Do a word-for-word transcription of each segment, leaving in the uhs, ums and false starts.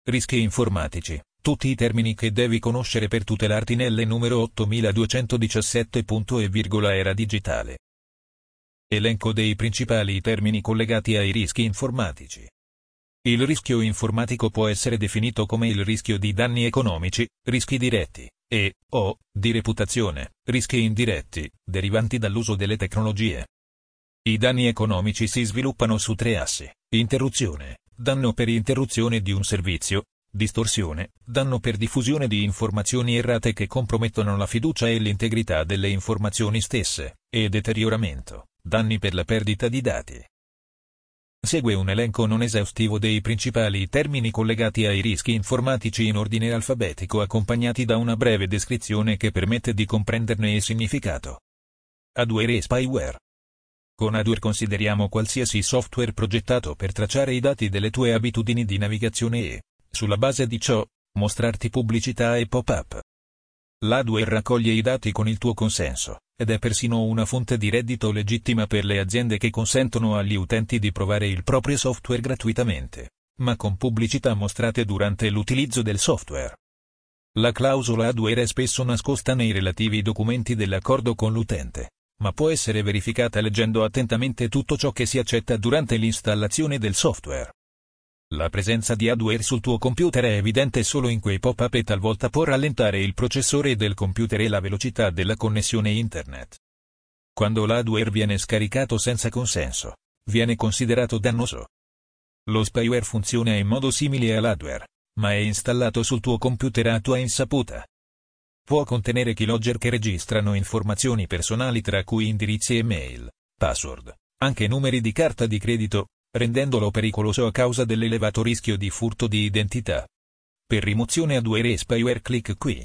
Rischi informatici, tutti i termini che devi conoscere per tutelarti nelle numero ottomiladuecentodiciassette punto e virgola era digitale. Elenco dei principali termini collegati ai rischi informatici. Il rischio informatico può essere definito come il rischio di danni economici, rischi diretti, e, o, di reputazione, rischi indiretti, derivanti dall'uso delle tecnologie. I danni economici si sviluppano su tre assi: interruzione, danno per interruzione di un servizio, distorsione, danno per diffusione di informazioni errate che compromettono la fiducia e l'integrità delle informazioni stesse, e deterioramento, danni per la perdita di dati. Segue un elenco non esaustivo dei principali termini collegati ai rischi informatici in ordine alfabetico, accompagnati da una breve descrizione che permette di comprenderne il significato. Hardware e spyware. Con hardware consideriamo qualsiasi software progettato per tracciare i dati delle tue abitudini di navigazione e, sulla base di ciò, mostrarti pubblicità e pop-up. L'hardware raccoglie i dati con il tuo consenso, ed è persino una fonte di reddito legittima per le aziende che consentono agli utenti di provare il proprio software gratuitamente, ma con pubblicità mostrate durante l'utilizzo del software. La clausola hardware è spesso nascosta nei relativi documenti dell'accordo con l'utente, ma può essere verificata leggendo attentamente tutto ciò che si accetta durante l'installazione del software. La presenza di hardware sul tuo computer è evidente solo in quei pop-up e talvolta può rallentare il processore del computer e la velocità della connessione internet. Quando l'hardware viene scaricato senza consenso, viene considerato dannoso. Lo spyware funziona in modo simile all'hardware, ma è installato sul tuo computer a tua insaputa. Può contenere keylogger che registrano informazioni personali tra cui indirizzi email, password, anche numeri di carta di credito, rendendolo pericoloso a causa dell'elevato rischio di furto di identità. Per rimozione hardware e spyware clic qui.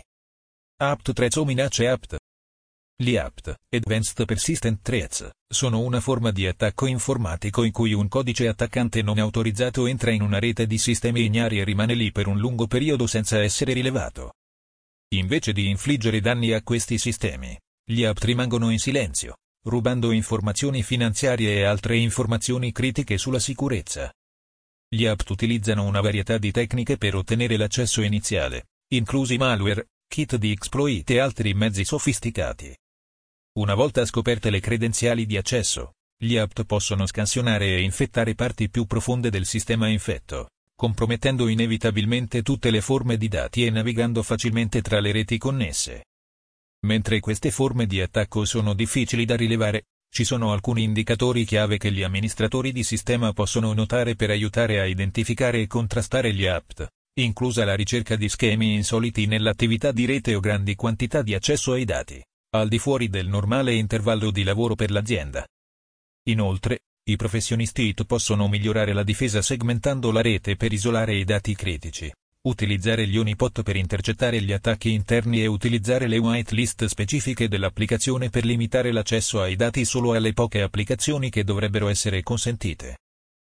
Apt Threats o minacce Apt. Gli Apt, Advanced Persistent Threats, sono una forma di attacco informatico in cui un codice attaccante non autorizzato entra in una rete di sistemi ignari e rimane lì per un lungo periodo senza essere rilevato. Invece di infliggere danni a questi sistemi, gli Apt rimangono in silenzio, rubando informazioni finanziarie e altre informazioni critiche sulla sicurezza. Gli Apt utilizzano una varietà di tecniche per ottenere l'accesso iniziale, inclusi malware, kit di exploit e altri mezzi sofisticati. Una volta scoperte le credenziali di accesso, gli Apt possono scansionare e infettare parti più profonde del sistema infetto, compromettendo inevitabilmente tutte le forme di dati e navigando facilmente tra le reti connesse. Mentre queste forme di attacco sono difficili da rilevare, ci sono alcuni indicatori chiave che gli amministratori di sistema possono notare per aiutare a identificare e contrastare gli Apt, inclusa la ricerca di schemi insoliti nell'attività di rete o grandi quantità di accesso ai dati, al di fuori del normale intervallo di lavoro per l'azienda. Inoltre, i professionisti I T possono migliorare la difesa segmentando la rete per isolare i dati critici, utilizzare gli honeypot per intercettare gli attacchi interni e utilizzare le whitelist specifiche dell'applicazione per limitare l'accesso ai dati solo alle poche applicazioni che dovrebbero essere consentite.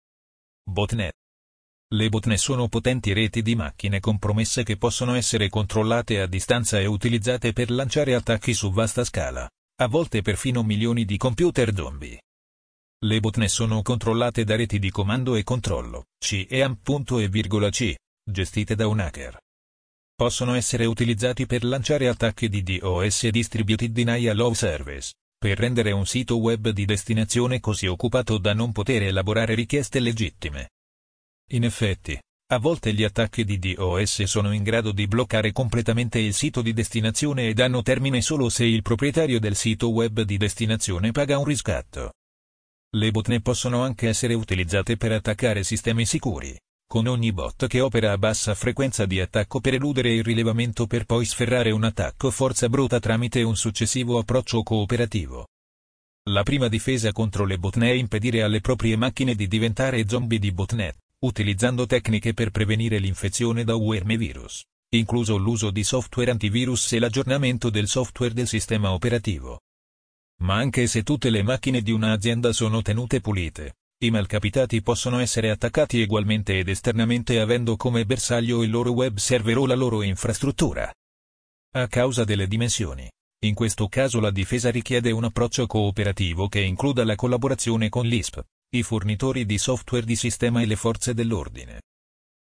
Botnet. Le botnet sono potenti reti di macchine compromesse che possono essere controllate a distanza e utilizzate per lanciare attacchi su vasta scala, a volte perfino milioni di computer zombie. Le botnet sono controllate da reti di comando e controllo, C E A M.E,C, gestite da un hacker. Possono essere utilizzati per lanciare attacchi di DOS Distributed Denial of Service, per rendere un sito web di destinazione così occupato da non poter elaborare richieste legittime. In effetti, a volte gli attacchi di DOS sono in grado di bloccare completamente il sito di destinazione e danno termine solo se il proprietario del sito web di destinazione paga un riscatto. Le botnet possono anche essere utilizzate per attaccare sistemi sicuri, con ogni bot che opera a bassa frequenza di attacco per eludere il rilevamento per poi sferrare un attacco forza bruta tramite un successivo approccio cooperativo. La prima difesa contro le botnet è impedire alle proprie macchine di diventare zombie di botnet, utilizzando tecniche per prevenire l'infezione da worm e virus, incluso l'uso di software antivirus e l'aggiornamento del software del sistema operativo. Ma anche se tutte le macchine di un'azienda sono tenute pulite, i malcapitati possono essere attaccati ugualmente ed esternamente avendo come bersaglio il loro web server o la loro infrastruttura. A causa delle dimensioni, in questo caso la difesa richiede un approccio cooperativo che includa la collaborazione con l'I S P, i fornitori di software di sistema e le forze dell'ordine.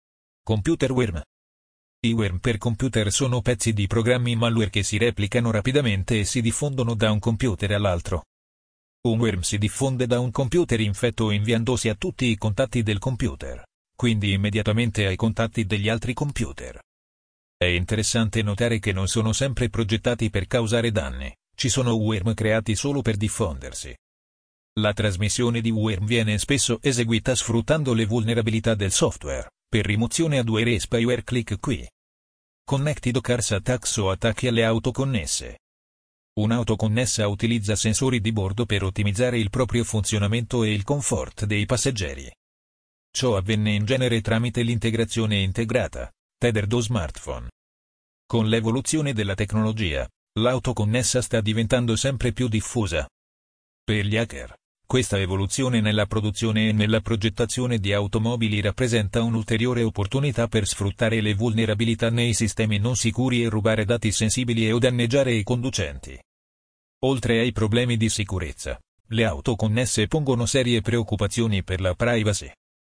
Computer worm. I worm per computer sono pezzi di programmi malware che si replicano rapidamente e si diffondono da un computer all'altro. Un worm si diffonde da un computer infetto inviandosi a tutti i contatti del computer, quindi immediatamente ai contatti degli altri computer. È interessante notare che non sono sempre progettati per causare danni, ci sono worm creati solo per diffondersi. La trasmissione di worm viene spesso eseguita sfruttando le vulnerabilità del software, per rimozione adware e spyware. Clic qui. Connected Cars Attacks o attacchi alle auto connesse. Un'auto connessa utilizza sensori di bordo per ottimizzare il proprio funzionamento e il comfort dei passeggeri. Ciò avvenne in genere tramite l'integrazione integrata, tethered o smartphone. Con l'evoluzione della tecnologia, l'auto connessa sta diventando sempre più diffusa. Per gli hacker, questa evoluzione nella produzione e nella progettazione di automobili rappresenta un'ulteriore opportunità per sfruttare le vulnerabilità nei sistemi non sicuri e rubare dati sensibili o danneggiare i conducenti. Oltre ai problemi di sicurezza, le auto connesse pongono serie preoccupazioni per la privacy.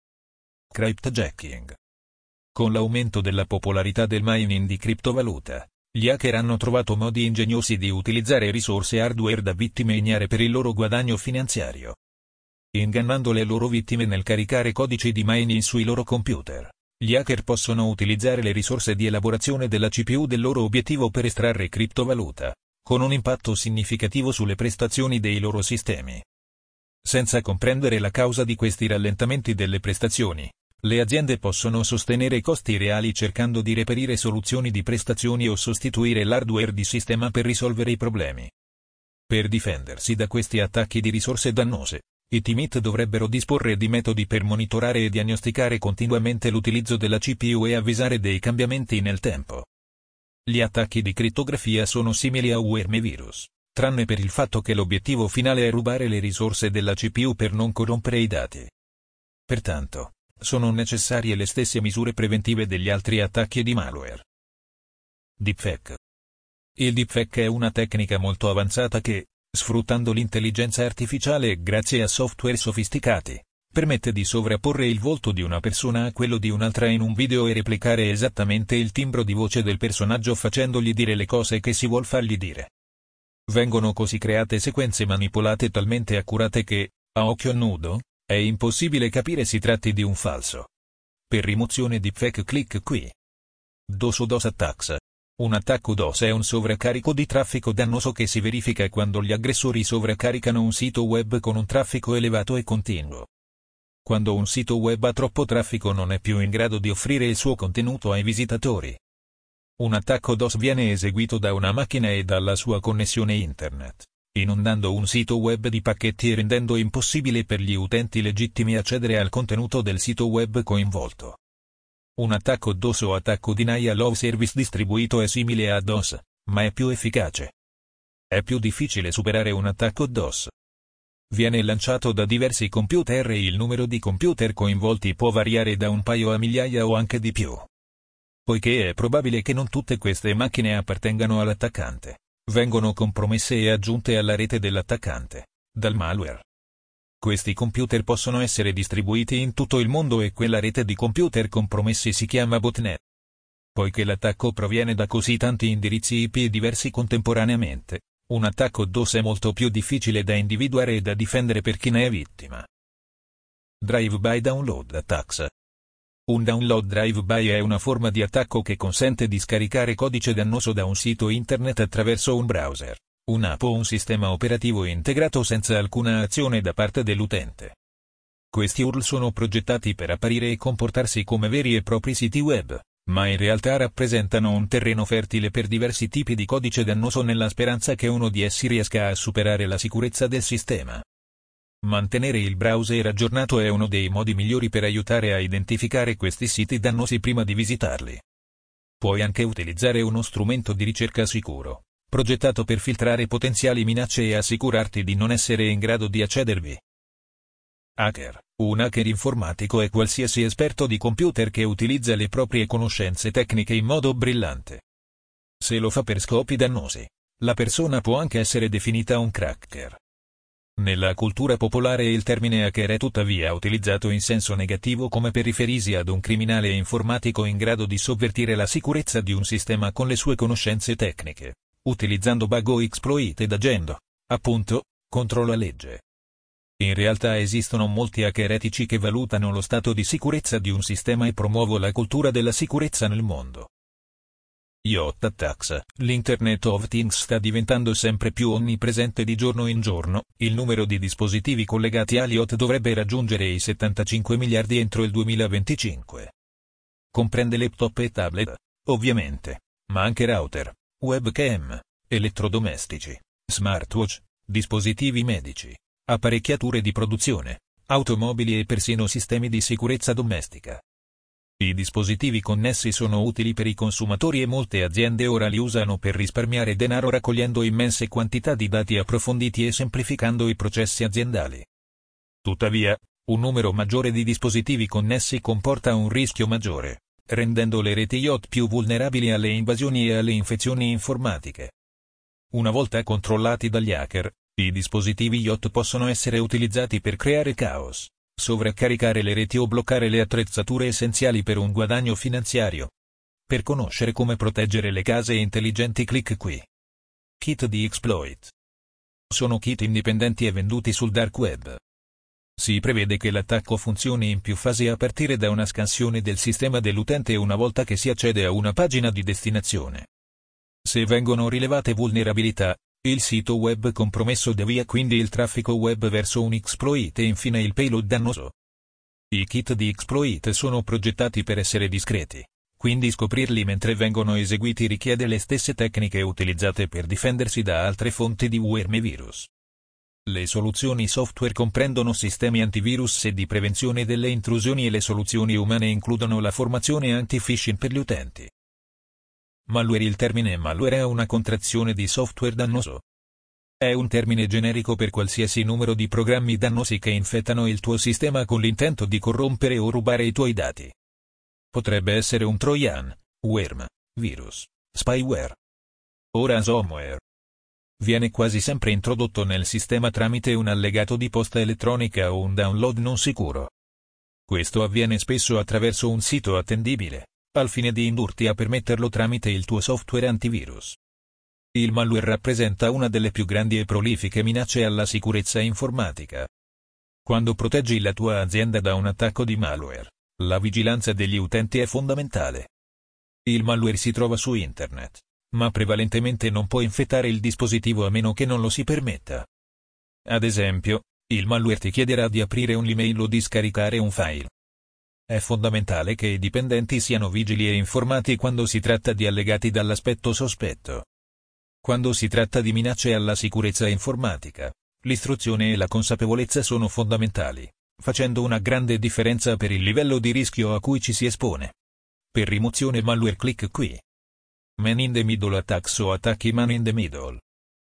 Cryptojacking. Con l'aumento della popolarità del mining di criptovaluta, gli hacker hanno trovato modi ingegnosi di utilizzare risorse hardware da vittime ignare per il loro guadagno finanziario. Ingannando le loro vittime nel caricare codici di mining sui loro computer, gli hacker possono utilizzare le risorse di elaborazione della C P U del loro obiettivo per estrarre criptovaluta, con un impatto significativo sulle prestazioni dei loro sistemi. Senza comprendere la causa di questi rallentamenti delle prestazioni, le aziende possono sostenere costi reali cercando di reperire soluzioni di prestazioni o sostituire l'hardware di sistema per risolvere i problemi. Per difendersi da questi attacchi di risorse dannose, i team I T dovrebbero disporre di metodi per monitorare e diagnosticare continuamente l'utilizzo della C P U e avvisare dei cambiamenti nel tempo. Gli attacchi di crittografia sono simili a worm e virus, tranne per il fatto che l'obiettivo finale è rubare le risorse della C P U per non corrompere i dati. Pertanto, sono necessarie le stesse misure preventive degli altri attacchi di malware. Deepfake. Il deepfake è una tecnica molto avanzata che, sfruttando l'intelligenza artificiale grazie a software sofisticati, permette di sovrapporre il volto di una persona a quello di un'altra in un video e replicare esattamente il timbro di voce del personaggio facendogli dire le cose che si vuol fargli dire. Vengono così create sequenze manipolate talmente accurate che, a occhio nudo, è impossibile capire si tratti di un falso. Per rimozione deepfake clic qui. DOS o DOS Attacks. Un attacco DOS è un sovraccarico di traffico dannoso che si verifica quando gli aggressori sovraccaricano un sito web con un traffico elevato e continuo. Quando un sito web ha troppo traffico non è più in grado di offrire il suo contenuto ai visitatori. Un attacco DOS viene eseguito da una macchina e dalla sua connessione internet, inondando un sito web di pacchetti e rendendo impossibile per gli utenti legittimi accedere al contenuto del sito web coinvolto. Un attacco DOS o attacco denial of service distribuito è simile a DOS, ma è più efficace. È più difficile superare un attacco DOS. Viene lanciato da diversi computer e il numero di computer coinvolti può variare da un paio a migliaia o anche di più. Poiché è probabile che non tutte queste macchine appartengano all'attaccante, vengono compromesse e aggiunte alla rete dell'attaccante, dal malware. Questi computer possono essere distribuiti in tutto il mondo e quella rete di computer compromessi si chiama botnet. Poiché l'attacco proviene da così tanti indirizzi I P diversi contemporaneamente, un attacco DOS è molto più difficile da individuare e da difendere per chi ne è vittima. Drive-by Download Attacks. Un download drive-by è una forma di attacco che consente di scaricare codice dannoso da un sito internet attraverso un browser, un'app o un sistema operativo integrato senza alcuna azione da parte dell'utente. Questi U R L sono progettati per apparire e comportarsi come veri e propri siti web, ma in realtà rappresentano un terreno fertile per diversi tipi di codice dannoso nella speranza che uno di essi riesca a superare la sicurezza del sistema. Mantenere il browser aggiornato è uno dei modi migliori per aiutare a identificare questi siti dannosi prima di visitarli. Puoi anche utilizzare uno strumento di ricerca sicuro, progettato per filtrare potenziali minacce e assicurarti di non essere in grado di accedervi. Hacker. Un hacker informatico è qualsiasi esperto di computer che utilizza le proprie conoscenze tecniche in modo brillante. Se lo fa per scopi dannosi, la persona può anche essere definita un cracker. Nella cultura popolare il termine hacker è tuttavia utilizzato in senso negativo come per riferirsi ad un criminale informatico in grado di sovvertire la sicurezza di un sistema con le sue conoscenze tecniche, utilizzando bug o exploit ed agendo, appunto, contro la legge. In realtà esistono molti hacker etici che valutano lo stato di sicurezza di un sistema e promuovono la cultura della sicurezza nel mondo. Yacht Attacks. L'Internet of Things sta diventando sempre più onnipresente di giorno in giorno, il numero di dispositivi collegati a Yacht dovrebbe raggiungere i settantacinque miliardi entro il duemilaventicinque. Comprende laptop e tablet, ovviamente, ma anche router, webcam, elettrodomestici, smartwatch, dispositivi medici, apparecchiature di produzione, automobili e persino sistemi di sicurezza domestica. I dispositivi connessi sono utili per i consumatori e molte aziende ora li usano per risparmiare denaro raccogliendo immense quantità di dati approfonditi e semplificando i processi aziendali. Tuttavia, un numero maggiore di dispositivi connessi comporta un rischio maggiore, rendendo le reti Yacht più vulnerabili alle invasioni e alle infezioni informatiche. Una volta controllati dagli hacker, i dispositivi Yacht possono essere utilizzati per creare caos, sovraccaricare le reti o bloccare le attrezzature essenziali per un guadagno finanziario. Per conoscere come proteggere le case intelligenti, clic qui. Kit di exploit. Sono kit indipendenti e venduti sul dark web. Si prevede che l'attacco funzioni in più fasi a partire da una scansione del sistema dell'utente una volta che si accede a una pagina di destinazione. Se vengono rilevate vulnerabilità, il sito web compromesso devia quindi il traffico web verso un exploit e infine il payload dannoso. I kit di exploit sono progettati per essere discreti, quindi scoprirli mentre vengono eseguiti richiede le stesse tecniche utilizzate per difendersi da altre fonti di worm e virus. Le soluzioni software comprendono sistemi antivirus e di prevenzione delle intrusioni e le soluzioni umane includono la formazione anti-phishing per gli utenti. Malware. Il termine malware è una contrazione di software dannoso. È un termine generico per qualsiasi numero di programmi dannosi che infettano il tuo sistema con l'intento di corrompere o rubare i tuoi dati. Potrebbe essere un trojan, worm, virus, spyware o ransomware. Viene quasi sempre introdotto nel sistema tramite un allegato di posta elettronica o un download non sicuro. Questo avviene spesso attraverso un sito attendibile, al fine di indurti a permetterlo tramite il tuo software antivirus. Il malware rappresenta una delle più grandi e prolifiche minacce alla sicurezza informatica. Quando proteggi la tua azienda da un attacco di malware, la vigilanza degli utenti è fondamentale. Il malware si trova su internet, ma prevalentemente non può infettare il dispositivo a meno che non lo si permetta. Ad esempio, il malware ti chiederà di aprire un'email o di scaricare un file. È fondamentale che i dipendenti siano vigili e informati quando si tratta di allegati dall'aspetto sospetto. Quando si tratta di minacce alla sicurezza informatica, l'istruzione e la consapevolezza sono fondamentali, facendo una grande differenza per il livello di rischio a cui ci si espone. Per rimozione malware, clic qui. Man in the middle attacks o attacchi man in the middle.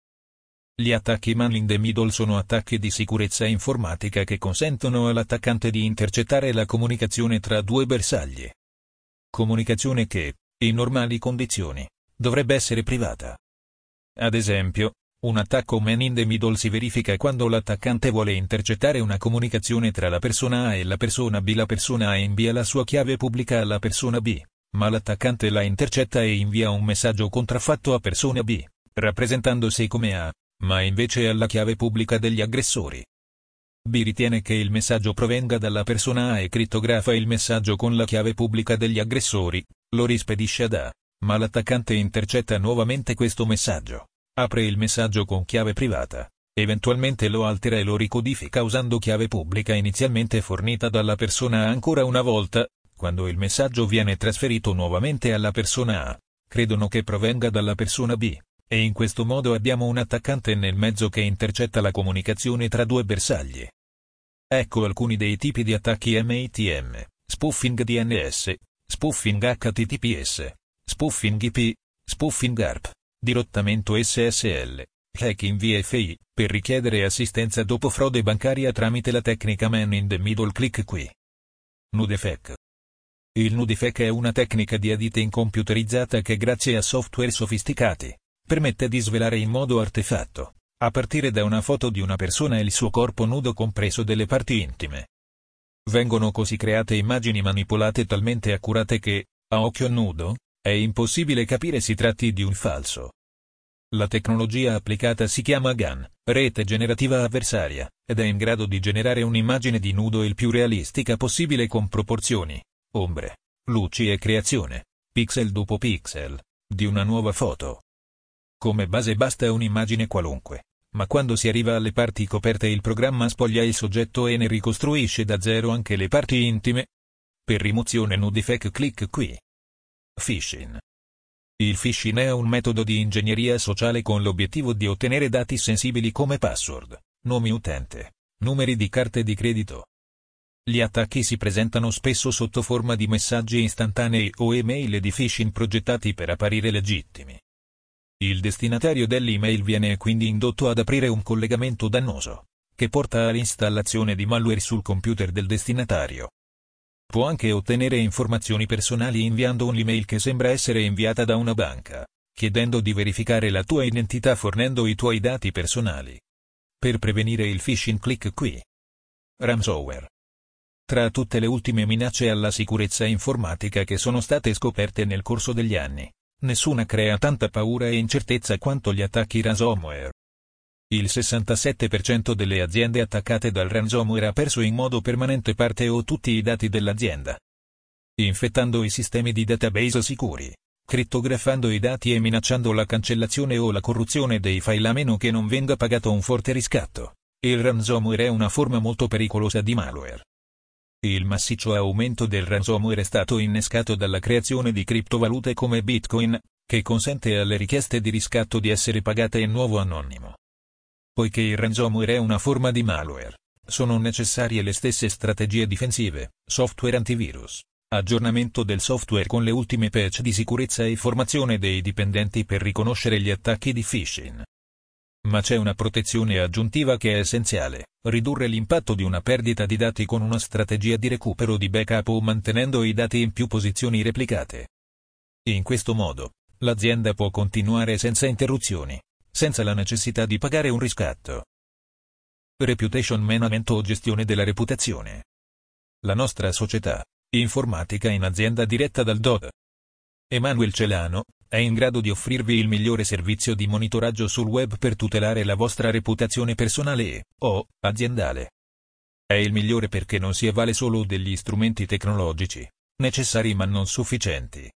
Gli attacchi man in the middle sono attacchi di sicurezza informatica che consentono all'attaccante di intercettare la comunicazione tra due bersagli. Comunicazione che, in normali condizioni, dovrebbe essere privata. Ad esempio, un attacco man in the middle si verifica quando l'attaccante vuole intercettare una comunicazione tra la persona A e la persona B. La persona A invia la sua chiave pubblica alla persona B, ma l'attaccante la intercetta e invia un messaggio contraffatto a persona B, rappresentandosi come A, ma invece alla chiave pubblica degli aggressori. B ritiene che il messaggio provenga dalla persona A e crittografa il messaggio con la chiave pubblica degli aggressori, lo rispedisce ad A, ma l'attaccante intercetta nuovamente questo messaggio, apre il messaggio con chiave privata, eventualmente lo altera e lo ricodifica usando chiave pubblica inizialmente fornita dalla persona A ancora una volta. Quando il messaggio viene trasferito nuovamente alla persona A, credono che provenga dalla persona B. E in questo modo abbiamo un attaccante nel mezzo che intercetta la comunicazione tra due bersagli. Ecco alcuni dei tipi di attacchi M A T M, spoofing D N S, spoofing H T T P S, spoofing I P, spoofing A R P, dirottamento S S L, hacking V F I, per richiedere assistenza dopo frode bancaria tramite la tecnica man in the middle, clic qui. Nudefake. Il nudefake è una tecnica di editing computerizzata che grazie a software sofisticati permette di svelare in modo artefatto, a partire da una foto di una persona e il suo corpo nudo compreso delle parti intime. Vengono così create immagini manipolate talmente accurate che, a occhio nudo, è impossibile capire si tratti di un falso. La tecnologia applicata si chiama G A N, rete generativa avversaria, ed è in grado di generare un'immagine di nudo il più realistica possibile con proporzioni, ombre, luci e creazione, pixel dopo pixel, di una nuova foto. Come base basta un'immagine qualunque, ma quando si arriva alle parti coperte il programma spoglia il soggetto e ne ricostruisce da zero anche le parti intime. Per rimozione nudifake clic qui. Phishing. Il phishing è un metodo di ingegneria sociale con l'obiettivo di ottenere dati sensibili come password, nomi utente, numeri di carte di credito. Gli attacchi si presentano spesso sotto forma di messaggi istantanei o email di phishing progettati per apparire legittimi. Il destinatario dell'email viene quindi indotto ad aprire un collegamento dannoso, che porta all'installazione di malware sul computer del destinatario. Può anche ottenere informazioni personali inviando un'email che sembra essere inviata da una banca, chiedendo di verificare la tua identità fornendo i tuoi dati personali. Per prevenire il phishing clic qui. Ransomware. Tra tutte le ultime minacce alla sicurezza informatica che sono state scoperte nel corso degli anni, nessuna crea tanta paura e incertezza quanto gli attacchi ransomware. Il sessantasette per cento delle aziende attaccate dal ransomware ha perso in modo permanente parte o tutti i dati dell'azienda. Infettando i sistemi di database sicuri, crittografando i dati e minacciando la cancellazione o la corruzione dei file a meno che non venga pagato un forte riscatto, il ransomware è una forma molto pericolosa di malware. Il massiccio aumento del ransomware è stato innescato dalla creazione di criptovalute come Bitcoin, che consente alle richieste di riscatto di essere pagate in nuovo anonimo. Poiché il ransomware è una forma di malware, sono necessarie le stesse strategie difensive, software antivirus, aggiornamento del software con le ultime patch di sicurezza e formazione dei dipendenti per riconoscere gli attacchi di phishing. Ma c'è una protezione aggiuntiva che è essenziale, ridurre l'impatto di una perdita di dati con una strategia di recupero di backup o mantenendo i dati in più posizioni replicate. In questo modo, l'azienda può continuare senza interruzioni, senza la necessità di pagare un riscatto. Reputation management o gestione della reputazione. La nostra società, informatica in azienda diretta dal D O D. Emanuel Celano, è in grado di offrirvi il migliore servizio di monitoraggio sul web per tutelare la vostra reputazione personale e, o, aziendale. È il migliore perché non si avvale solo degli strumenti tecnologici, necessari ma non sufficienti.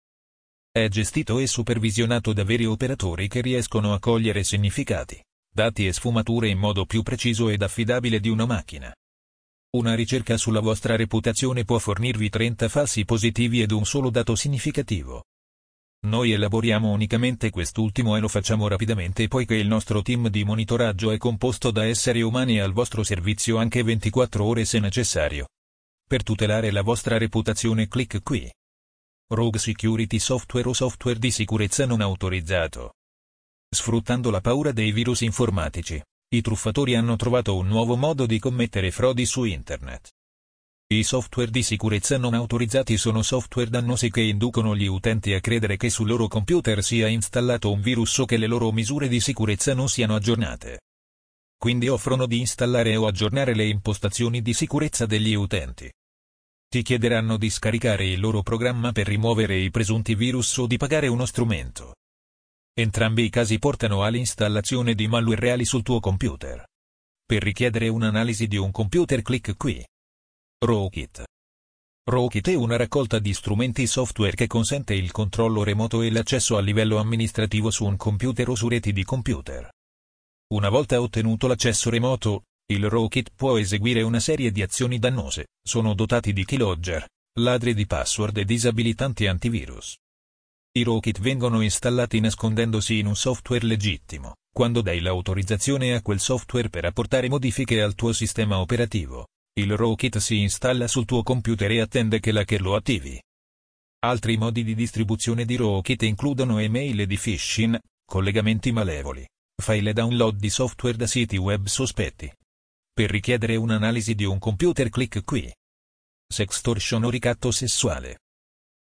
È gestito e supervisionato da veri operatori che riescono a cogliere significati, dati e sfumature in modo più preciso ed affidabile di una macchina. Una ricerca sulla vostra reputazione può fornirvi trenta falsi positivi ed un solo dato significativo. Noi elaboriamo unicamente quest'ultimo e lo facciamo rapidamente poiché il nostro team di monitoraggio è composto da esseri umani al vostro servizio anche ventiquattro ore se necessario. Per tutelare la vostra reputazione clic qui. Rogue Security Software o software di sicurezza non autorizzato. Sfruttando la paura dei virus informatici, i truffatori hanno trovato un nuovo modo di commettere frodi su Internet. I software di sicurezza non autorizzati sono software dannosi che inducono gli utenti a credere che sul loro computer sia installato un virus o che le loro misure di sicurezza non siano aggiornate. Quindi offrono di installare o aggiornare le impostazioni di sicurezza degli utenti. Ti chiederanno di scaricare il loro programma per rimuovere i presunti virus o di pagare uno strumento. Entrambi i casi portano all'installazione di malware reali sul tuo computer. Per richiedere un'analisi di un computer clic qui. Rokit. Rokit è una raccolta di strumenti software che consente il controllo remoto e l'accesso a livello amministrativo su un computer o su reti di computer. Una volta ottenuto l'accesso remoto, il Rokit può eseguire una serie di azioni dannose, sono dotati di keylogger, ladri di password e disabilitanti antivirus. I Rokit vengono installati nascondendosi in un software legittimo, quando dai l'autorizzazione a quel software per apportare modifiche al tuo sistema operativo. Il Rokit si installa sul tuo computer e attende che l'hacker lo attivi. Altri modi di distribuzione di Rokit includono email di phishing, collegamenti malevoli, file e download di software da siti web sospetti. Per richiedere un'analisi di un computer clic qui. Sextortion o ricatto sessuale.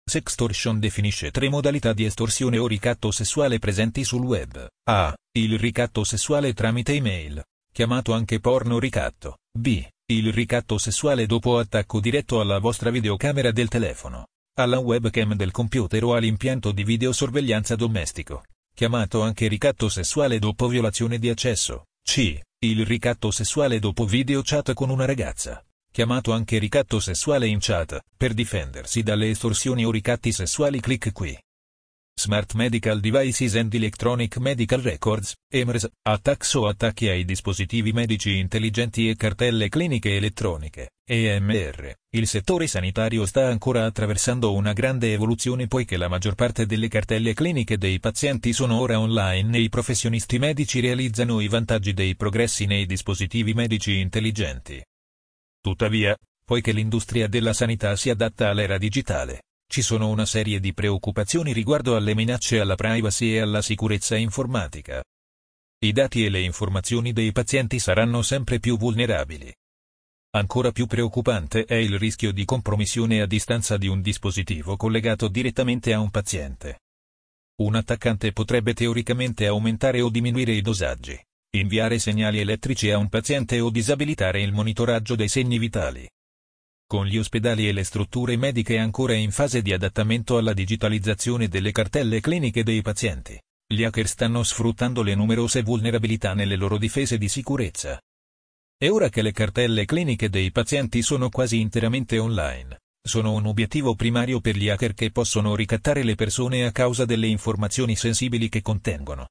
Sextortion definisce tre modalità di estorsione o ricatto sessuale presenti sul web. A. Il ricatto sessuale tramite email, chiamato anche porno ricatto. B. Il ricatto sessuale dopo attacco diretto alla vostra videocamera del telefono, alla webcam del computer o all'impianto di videosorveglianza domestico, chiamato anche ricatto sessuale dopo violazione di accesso. C. Il ricatto sessuale dopo video chat con una ragazza, chiamato anche ricatto sessuale in chat. Per difendersi dalle estorsioni o ricatti sessuali clic qui. Smart Medical Devices and Electronic Medical Records, E M R S, attacks o attacchi ai dispositivi medici intelligenti e cartelle cliniche elettroniche, E M R. Il settore sanitario sta ancora attraversando una grande evoluzione poiché la maggior parte delle cartelle cliniche dei pazienti sono ora online e i professionisti medici realizzano i vantaggi dei progressi nei dispositivi medici intelligenti. Tuttavia, poiché l'industria della sanità si adatta all'era digitale, ci sono una serie di preoccupazioni riguardo alle minacce alla privacy e alla sicurezza informatica. I dati e le informazioni dei pazienti saranno sempre più vulnerabili. Ancora più preoccupante è il rischio di compromissione a distanza di un dispositivo collegato direttamente a un paziente. Un attaccante potrebbe teoricamente aumentare o diminuire i dosaggi, inviare segnali elettrici a un paziente o disabilitare il monitoraggio dei segni vitali. Con gli ospedali e le strutture mediche ancora in fase di adattamento alla digitalizzazione delle cartelle cliniche dei pazienti, gli hacker stanno sfruttando le numerose vulnerabilità nelle loro difese di sicurezza. E ora che le cartelle cliniche dei pazienti sono quasi interamente online, sono un obiettivo primario per gli hacker che possono ricattare le persone a causa delle informazioni sensibili che contengono.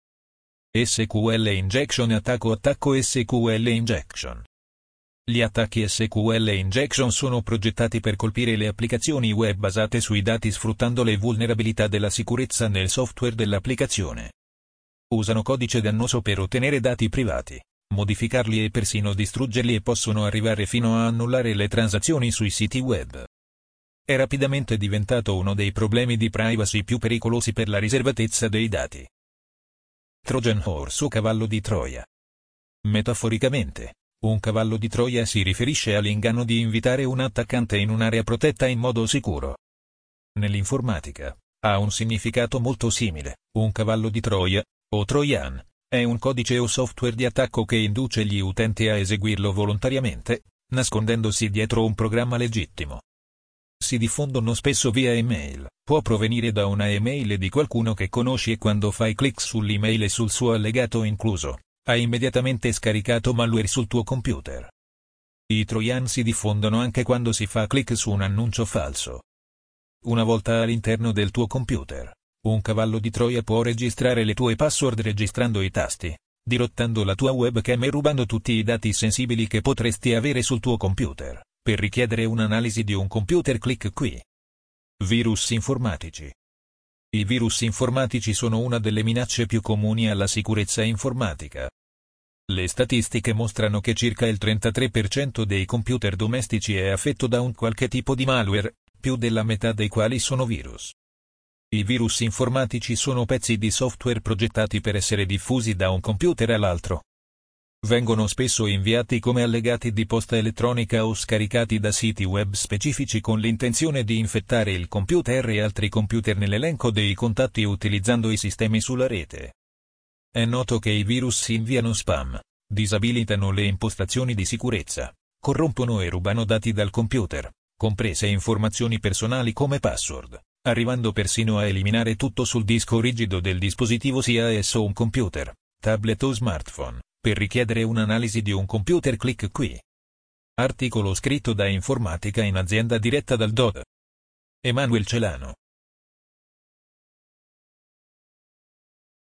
S Q L Injection Attacco Attacco S Q L Injection. Gli attacchi S Q L Injection sono progettati per colpire le applicazioni web basate sui dati sfruttando le vulnerabilità della sicurezza nel software dell'applicazione. Usano codice dannoso per ottenere dati privati, modificarli e persino distruggerli e possono arrivare fino a annullare le transazioni sui siti web. È rapidamente diventato uno dei problemi di privacy più pericolosi per la riservatezza dei dati. Trojan Horse o cavallo di Troia. Metaforicamente, un cavallo di Troia si riferisce all'inganno di invitare un attaccante in un'area protetta in modo sicuro. Nell'informatica, ha un significato molto simile. Un cavallo di Troia, o Trojan, è un codice o software di attacco che induce gli utenti a eseguirlo volontariamente, nascondendosi dietro un programma legittimo. Si diffondono spesso via email, può provenire da una email di qualcuno che conosci e quando fai clic sull'email e sul suo allegato incluso, hai immediatamente scaricato malware sul tuo computer. I trojan si diffondono anche quando si fa clic su un annuncio falso. Una volta all'interno del tuo computer, un cavallo di Troia può registrare le tue password registrando i tasti, dirottando la tua webcam e rubando tutti i dati sensibili che potresti avere sul tuo computer. Per richiedere un'analisi di un computer clic qui. Virus informatici. I virus informatici sono una delle minacce più comuni alla sicurezza informatica. Le statistiche mostrano che circa il trentatré per cento dei computer domestici è affetto da un qualche tipo di malware, più della metà dei quali sono virus. I virus informatici sono pezzi di software progettati per essere diffusi da un computer all'altro. Vengono spesso inviati come allegati di posta elettronica o scaricati da siti web specifici con l'intenzione di infettare il computer e altri computer nell'elenco dei contatti utilizzando i sistemi sulla rete. È noto che i virus inviano spam, disabilitano le impostazioni di sicurezza, corrompono e rubano dati dal computer, comprese informazioni personali come password, arrivando persino a eliminare tutto sul disco rigido del dispositivo sia esso un computer, tablet o smartphone. Per richiedere un'analisi di un computer clic qui. Articolo scritto da Informatica in azienda diretta dal D O D. Emanuel Celano.